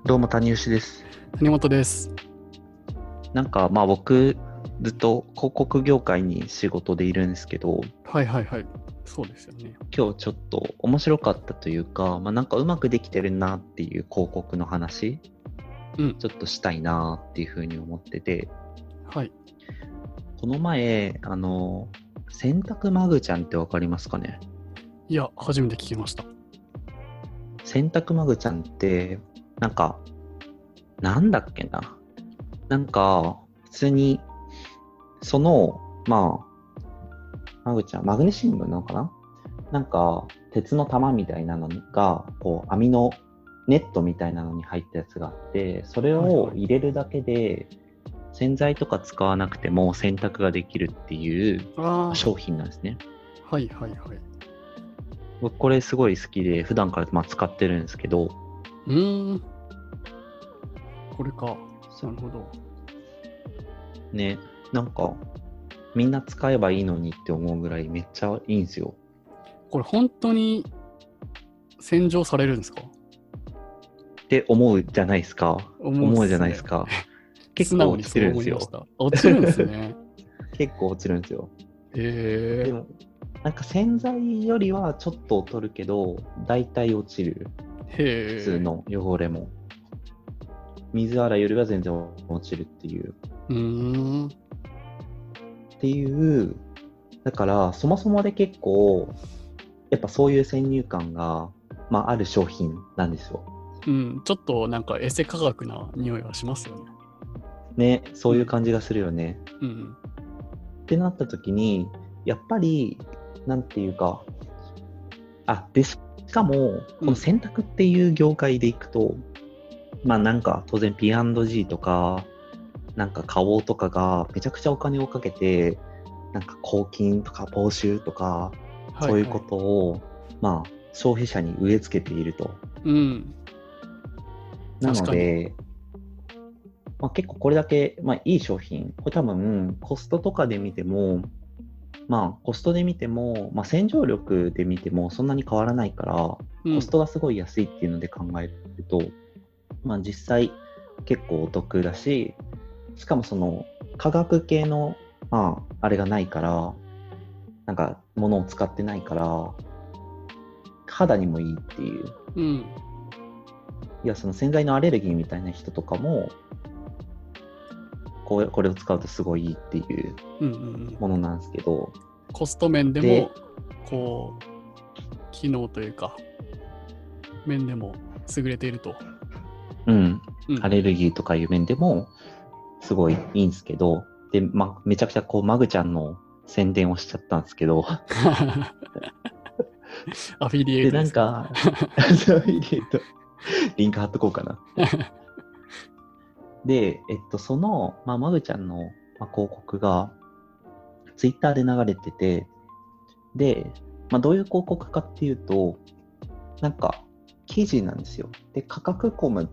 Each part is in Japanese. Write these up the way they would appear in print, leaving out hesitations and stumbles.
どうも谷吉です。 谷本です。 僕ずっと広告業界に仕事でいるんですけど、 はいはいはい。そうですよね。 今日ちょっと面白かったというか、うまくできてるなっていう広告の話、 うん。 ちょっとしたいなっていうふうに思ってて、 はい。 この前、洗濯マグちゃんってわかりますかね？ いや、初めて聞きました。 洗濯マグちゃんって、なんか、なんだっけな。普通に、その、マグちゃん、マグネシウムなのかな。鉄の玉みたいなのが、こう、網のネットみたいなのに入ったやつがあって、それはいはい。 を入れるだけで、洗剤とか使わなくても洗濯ができるっていうあ商品なんですね。 あ、はいはいはい。 僕これすごい好きで、普段から使ってるんですけど、 うーん、これか。なそるほど。 ね、なんか、みんな使えばいいのにって思うぐらいめっちゃいいんですよ。 これ本当に洗浄されるんですか？ って思うじゃないですか。 思うっ思うじゃすね。 ないですか。結素直構落ちてにそうるんですよ。 思いました。落ちるんですね。 結構落ちるんですよ。 へえ。 でも、洗剤よりはちょっと劣るけど、大体落ちる。 へえ。 普通の汚れも。水洗いよりは全然落ちるっていう。 うーん。 っていう、だからそもそもで結構、やっぱそういう先入観が、ある商品なんですよ。 うん。ちょっとなんかエセ科学な匂いはしますよね。 ね、そういううん。 感じがするよね。 うん。 ってなった時に、やっぱり、なんていうか、で、しかも、このうん。 洗濯っていう業界でいくと、当然 P&G とか、花王とかがめちゃくちゃお金をかけて、抗菌とか防臭とか、そういうこはいはい。 とを、消費者に植え付けていると。 うん。 な確かに。 ので、結構これだけ、いい商品、これ多分コストとかで見ても、コストで見ても、洗浄力で見てもそんなに変わらないから、 うん。 コストがすごい安いっていうので考えると、実際結構お得だし、しかもその化学系の、あれがないから、ものを使ってないから、肌にもいいっていう。 うん。 いや、その洗剤のアレルギーみたいな人とかも、これを使うとすごいいいっていううんうんうん。 ものなんですけど、 コスト面でで、 も、こう、機能というか、面でも優れていると。 うん、 うん。 アレルギーとかいう面でもすごいいいんですけど、で、めちゃくちゃこう、マグちゃんの宣伝をしちゃったんですけど、 アフィリエイで、 トですか？ そういう意味で言うと、リンク貼っとこうかなって。で、マグちゃんの、広告が、ツイッターで流れてて、で、どういう広告かっていうと、記事なんですよ。で、価格コムって、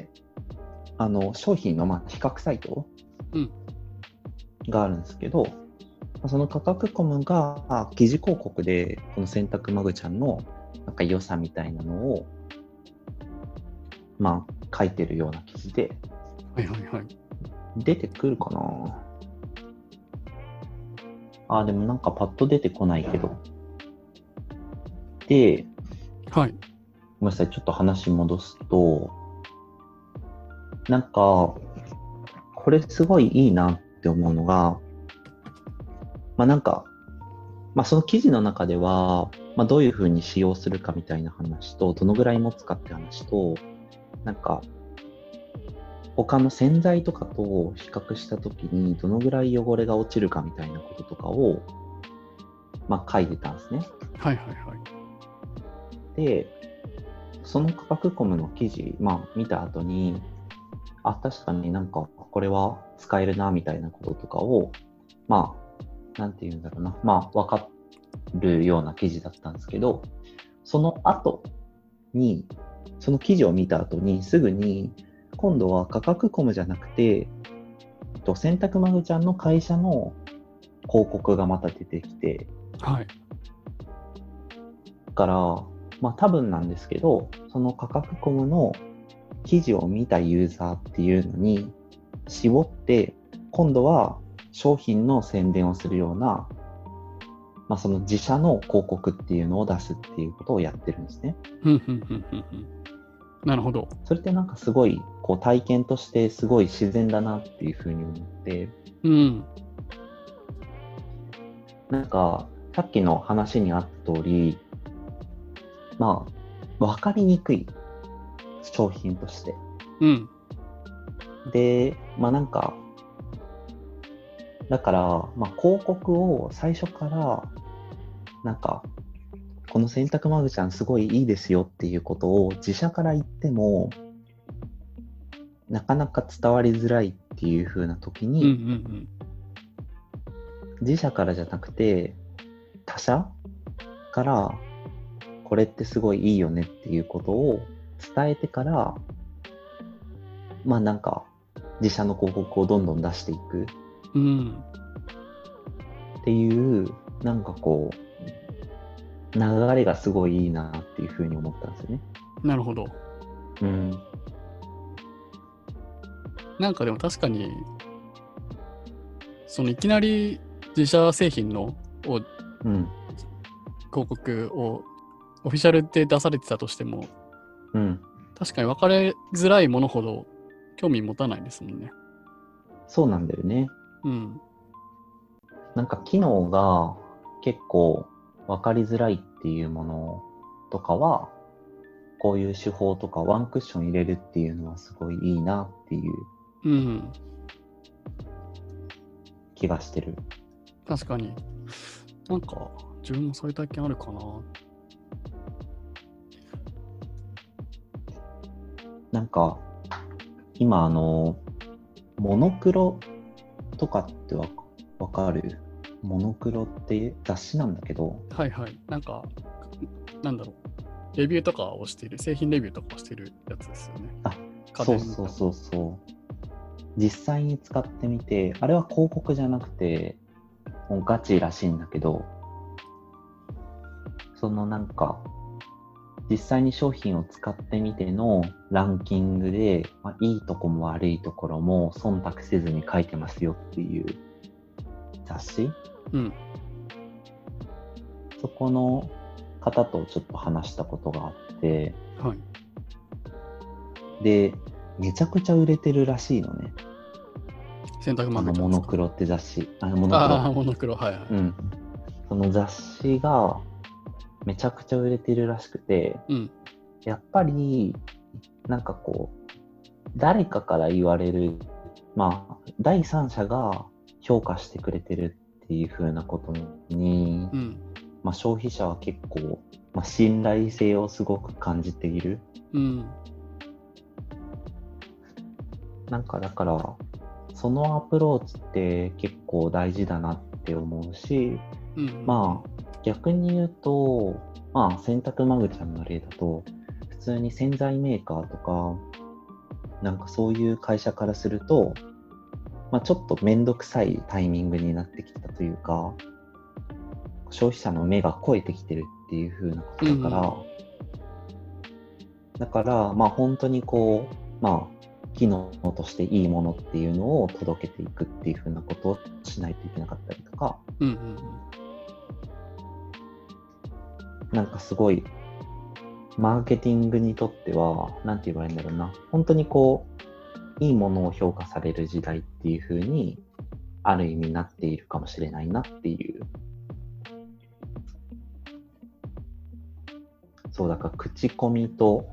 商品の比較サイトうん。 があるんですけど、その価格コムが記事広告で、この洗濯マグちゃんの良さみたいなのを、書いてるような記事で、 はいはいはい。 出てくるかな。でもパッと出てこないけど。で、 はい。 ごめんなさい、ちょっと話戻すと、これすごいいいなって思うのが、まあなんか、その記事の中では、どういうふうに使用するかみたいな話と、どのぐらい持つかって話と、なんか、他の洗剤とかと比較したときに、どのぐらい汚れが落ちるかみたいなこととかを、書いてたんですね。 はいはいはい。 で、その価格コムの記事、見た後に、確かにこれは使えるな、みたいなこととかを、なんて言うんだろうな、わかるような記事だったんですけど、その後に、その記事を見た後に、すぐに、今度は価格コムじゃなくて、洗濯マグちゃんの会社の広告がまた出てきて、 はい。 だから、多分なんですけど、その価格コムの記事を見たユーザーっていうのに絞って、今度は商品の宣伝をするような、その自社の広告っていうのを出すっていうことをやってるんですね。 なるほど。 それってなんかすごいこう体験としてすごい自然だなっていうふうに思って、なんかさっきの話にあった通り、分かりにくい商品として。で、なんかだから、広告を最初からなんかこの洗濯マグちゃんすごいいいですよっていうことを自社から言ってもなかなか伝わりづらいっていう風な時に、自社からじゃなくて他社からこれってすごいいいよねっていうことを伝えてから、なんか自社の広告をどんどん出していくっていう、なんかこう流れがすごいいいなっていう風に思ったんですよね。 なるほど。なんかでも確かにそのいきなり自社製品の広告をオフィシャルで出されてたとしても、確かに分かりづらいものほど興味持たないですもんね。 そうなんだよね。なんか機能が結構分かりづらいっていうものとかは、こういう手法とかワンクッション入れるっていうのはすごいいいなっていう気がしてる。 確かに。なんか自分もそういう体験あるかな。 なんか今モノクロとかってわかる？モノクロって雑誌なんだけど、 なんかなんだろう、レビューとかをしている、製品レビューとかをしているやつですよね。 そう実際に使ってみて、あれは広告じゃなくてもうガチらしいんだけど、そのなんか実際に商品を使ってみてのランキングで、いいとこも悪いところも忖度せずに書いてますよっていう雑誌、そこの方とちょっと話したことがあって、でめちゃくちゃ売れてるらしいのね。 洗濯マグちゃんですか？ モノクロって雑誌、 モノクロ、 その雑誌がめちゃくちゃ売れてるらしくて、やっぱりなんかこう誰かから言われる、第三者が評価してくれてるっていう風なことに、消費者は結構、信頼性をすごく感じている。なんかだからそのアプローチって結構大事だなって思うし、逆に言うと、洗濯マグちゃんの例だと普通に洗剤メーカーとかなんかそういう会社からすると、ちょっとめんどくさいタイミングになってきたというか、消費者の目が超えてきてるっていう風なことだから、本当にこう機能としていいものっていうのを届けていくっていう風なことをしないといけなかったりとか、なんかすごいマーケティングにとってはなんて言えばいいんだろうな、本当にこういいものを評価される時代っていう風にある意味なっているかもしれないなっていう。そうだから口コミと、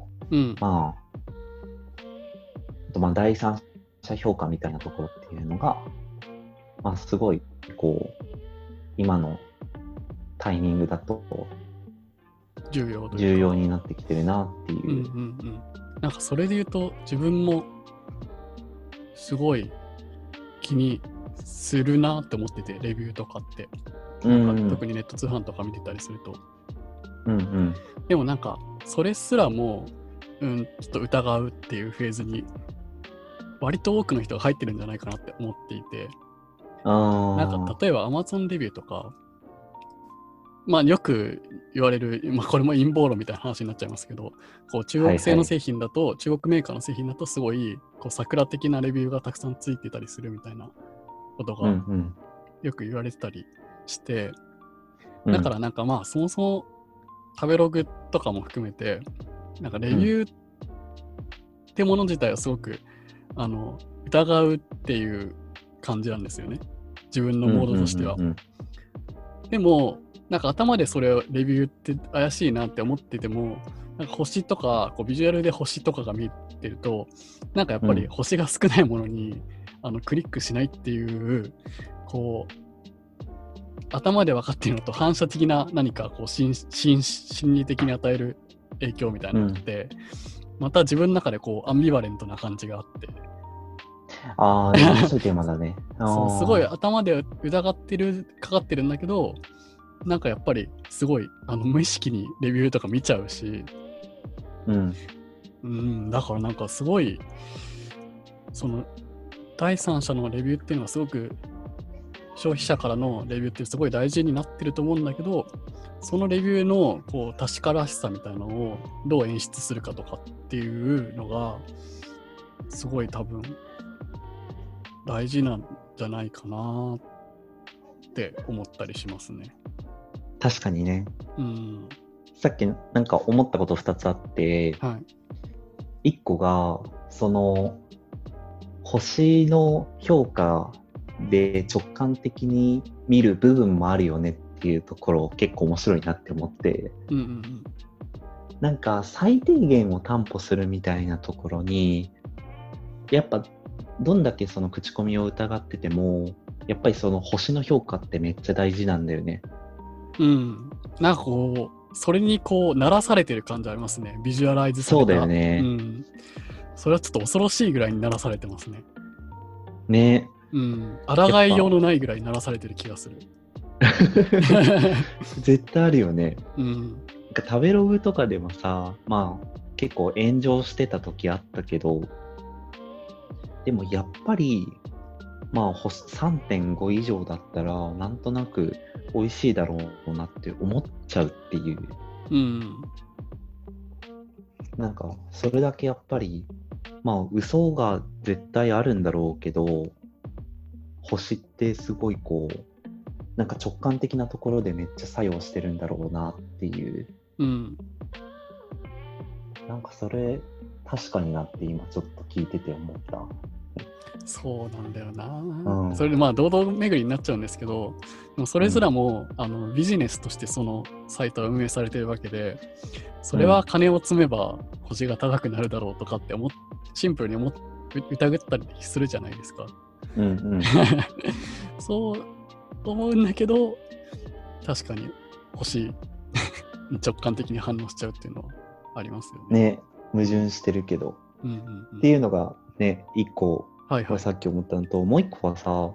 第三者評価みたいなところっていうのが、すごいこう今のタイミングだと重要になってきてるなっていう。 なんかそれで言うと自分もすごい気にするなって思ってて、レビューとかって、なんか特にネット通販とか見てたりすると、でもなんかそれすらもちょっと疑うっていうフェーズに割と多くの人が入ってるんじゃないかなって思っていて、なんか例えば Amazon レビューとかまあよく言われる、まあ、これも陰謀論みたいな話になっちゃいますけど、こう中国製の製品だと、中国メーカーの製品だとすごいこう桜的なレビューがたくさんついてたりするみたいなことがよく言われてたりして、だからなんかまあそもそも食べログとかも含めて、なんかレビューってもの自体はすごく疑うっていう感じなんですよね。自分のモードとしては。でも、なんか頭でそれをレビューって怪しいなって思ってても、なんか星とか、こうビジュアルで星とかが見てると、なんかやっぱり星が少ないものに、クリックしないっていう、こう、頭で分かっているのと反射的な何かこう心理的に与える影響みたいなのって、また自分の中でこうアンビバレントな感じがあって。 ああ、面白いテーマだね。 そう、すごい頭でかかってるんだけど、なんかやっぱりすごい無意識にレビューとか見ちゃうし、だからなんかすごいその第三者のレビューっていうのはすごく消費者からのレビューってすごい大事になってると思うんだけど、そのレビューのこう確からしさみたいなのをどう演出するかとかっていうのがすごい多分大事なんじゃないかなって思ったりしますね。 確かにね。さっきなんか思ったこと2つあって、1個がその星の評価で直感的に見る部分もあるよねっていうところ結構面白いなって思って、なんか最低限を担保するみたいなところにやっぱどんだけその口コミを疑っててもやっぱりその星の評価ってめっちゃ大事なんだよね。 なんかこうそれにこう慣らされてる感じありますね。ビジュアライズされた。 そうだよね。 それはちょっと恐ろしいぐらいに慣らされてますね。 ね。 抗いようのないぐらい鳴らされてる気がする。 絶対あるよね。なんか食べログとかでもさ、まあ結構炎上してた時あったけど、でもやっぱりまあ 3.5 以上だったらなんとなく美味しいだろうなって思っちゃうっていう。なんかそれだけやっぱりまあ嘘が絶対あるんだろうけど、星ってすごいこうなんか直感的なところでめっちゃ作用してるんだろうなっていう、なんかそれ確かになって今ちょっと聞いてて思った。 そうなんだよな、それでまあ堂々巡りになっちゃうんですけど、でもそれすらも、ビジネスとしてそのサイトは運営されてるわけで、それは金を積めば星が高くなるだろうとかってシンプルに疑ったりするじゃないですか。そう思うんだけど、確かに星直感的に反応しちゃうっていうのはありますよね。 矛盾してるけど、っていうのがね一個、さっき思ったのと、もう一個はさ、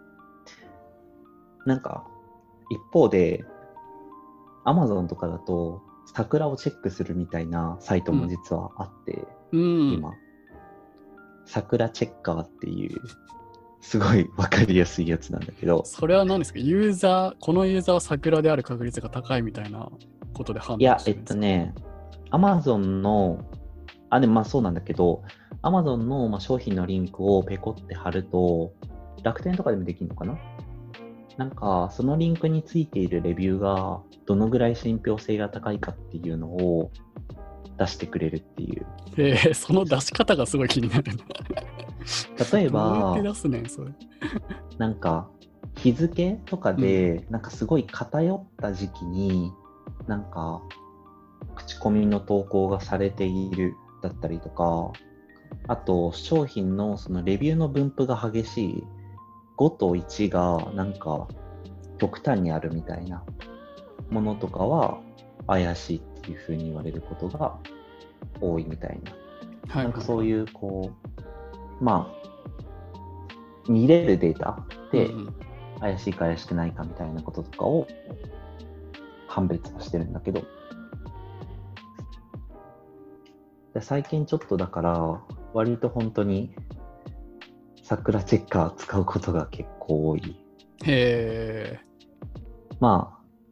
なんか一方で Amazon とかだと桜をチェックするみたいなサイトも実はあって、今桜チェッカーっていうすごい分かりやすいやつなんだけど、 それは何ですか？このユーザーは桜である確率が高いみたいなことで判断してるんですか？ Amazon のでもまあそうなんだけど、Amazon の商品のリンクをペコって貼ると、楽天とかでもできるのかな？なんかそのリンクについているレビューがどのぐらい信憑性が高いかっていうのを出してくれるっていう。 その出し方がすごい気になるな。 例えば、 どうやって出すねんそれ。 なんか日付とかで、なんかすごい偏った時期になんか口コミの投稿がされているだったりとか、あと商品のそのレビューの分布が激しい5と1がなんか極端にあるみたいなものとかは怪しいっていう風に言われることが多いみたいな、なんかそういうこうまあ見れるデータで怪しいか怪しくないかみたいなこととかを判別はしてるんだけど、で最近ちょっとだから割と本当に桜チェッカー使うことが結構多い。 へー。 まあ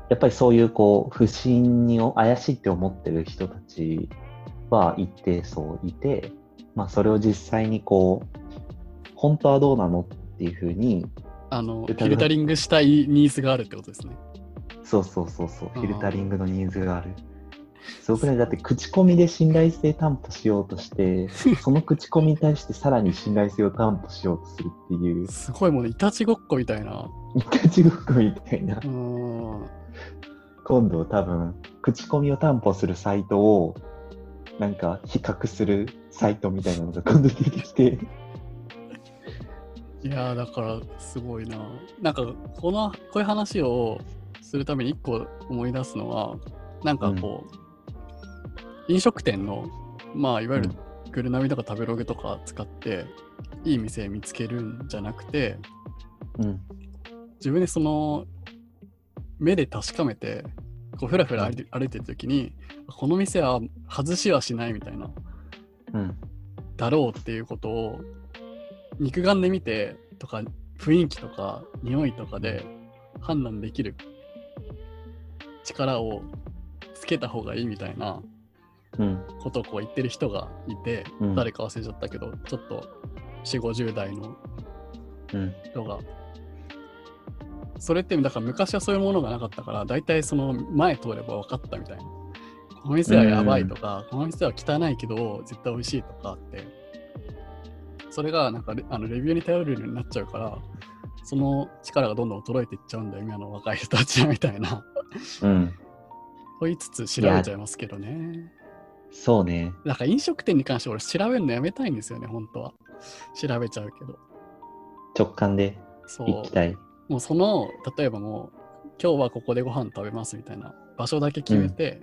やっぱりそういうこう不審に怪しいって思ってる人たちは一定層いて、まあそれを実際にこう本当はどうなのっていうふうにフィルタリングしたいニーズがあるってことですね。 そう、フィルタリングのニーズがある。すごくね、だって口コミで信頼性担保しようとして、その口コミに対してさらに信頼性を担保しようとするっていう。 すごいもうね、いたちごっこみたいな。 いたちごっこみたいな。今度多分、口コミを担保するサイトを、なんか比較するサイトみたいなのが今度出てきて。 いやー、だからすごいな。なんかこういう話をするために一個思い出すのは、なんかこう、飲食店のまあいわゆるグルナビとか食べログとか使っていい店見つけるんじゃなくて、自分でその目で確かめてこうふらふら歩いてる時に、この店は外しはしないみたいな、だろうっていうことを肉眼で見てとか雰囲気とか匂いとかで判断できる力をつけた方がいいみたいなことをこう言ってる人がいて、誰か忘れちゃったけどちょっと4、50代の人が、それってだから昔はそういうものがなかったからだいたいその前通れば分かったみたいな、この店はやばいとか、この店は汚いけど絶対美味しいとかって、それがなんかレビューに頼るようになっちゃうから、その力がどんどん衰えていっちゃうんだよ今の若い人たちはみたいなと言いつつ調べちゃいますけどね。 そうね。 だから飲食店に関して俺調べるのやめたいんですよね、本当は。調べちゃうけど。 直感で行きたい。 もう例えばもう今日はここでご飯食べますみたいな場所だけ決めて、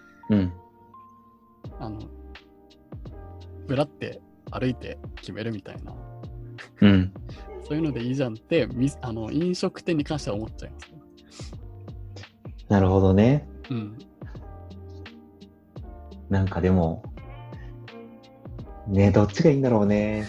ぶらって歩いて決めるみたいな、そういうのでいいじゃんって飲食店に関しては思っちゃいます、ね。 なるほどね。なんかでもね、どっちがいいんだろうね。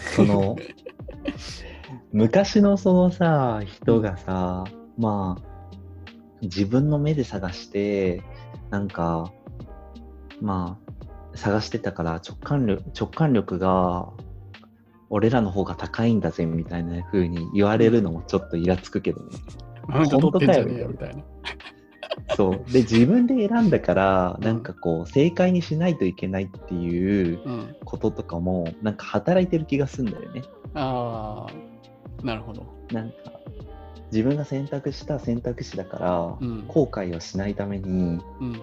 昔のそのさ人がさ、まあ自分の目で探してなんかまあ探してたから直感力が俺らの方が高いんだぜみたいな風に言われるのもちょっとイラつくけどね。 本当かよみたいな。 そうで自分で選んだからなんかこう正解にしないといけないっていうこととかもなんか働いてる気がするんだよね。 ああ、なるほど。 なんか自分が選択した選択肢だから、後悔をしないために、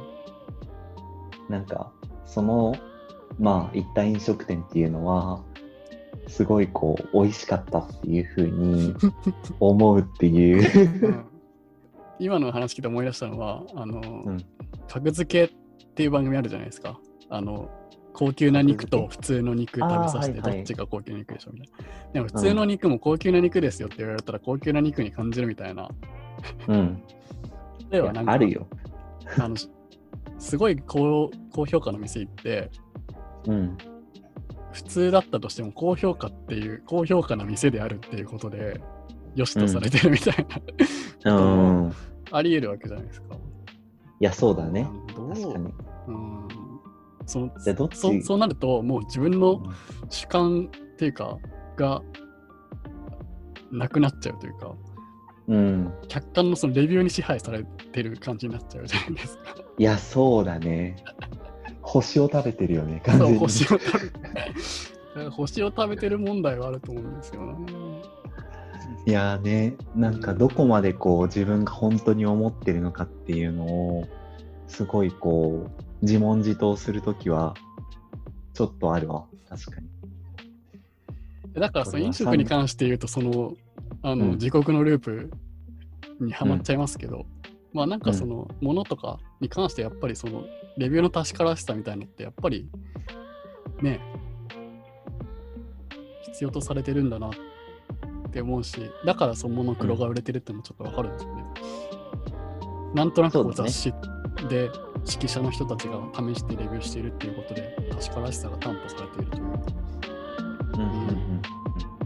なんかまあ行った飲食店っていうのはすごいこう美味しかったっていう風に思うっていう今の話聞いて思い出したのは格付けっていう番組あるじゃないですか。高級な肉と普通の肉食べさせてどっちが高級な肉でしょみたいな。でも普通の肉も高級な肉ですよって言われたら高級な肉に感じるみたいな。例えばなんかあるよ。 すごい高評価の店行って、普通だったとしても高評価な店であるっていうことで良しとされてるみたいな、あり得るわけじゃないですか。 いやそうだね。確かに。 そうなるともう自分の主観っていうかがなくなっちゃうというか、客観のそのレビューに支配されてる感じになっちゃうじゃないですか。 いやそうだね。星を食べてるよね、完全に。 星を食べてる問題はあると思うんですよね。 いやね、なんかどこまでこう自分が本当に思ってるのかっていうのをすごいこう自問自答するときはちょっとあるわ、確かに。 だからその飲食に関して言うと自国のループにはまっちゃいますけど、まあなんかそのものとかに関してやっぱりそのレビューの確からしさみたいなのってやっぱりね必要とされてるんだなって思うし、だからそのモノクロが売れてるってのもちょっとわかるんですよね。なんとなくこう雑誌で指揮者の人たちが試してレビューしているっていうことで確からしさが担保されているという。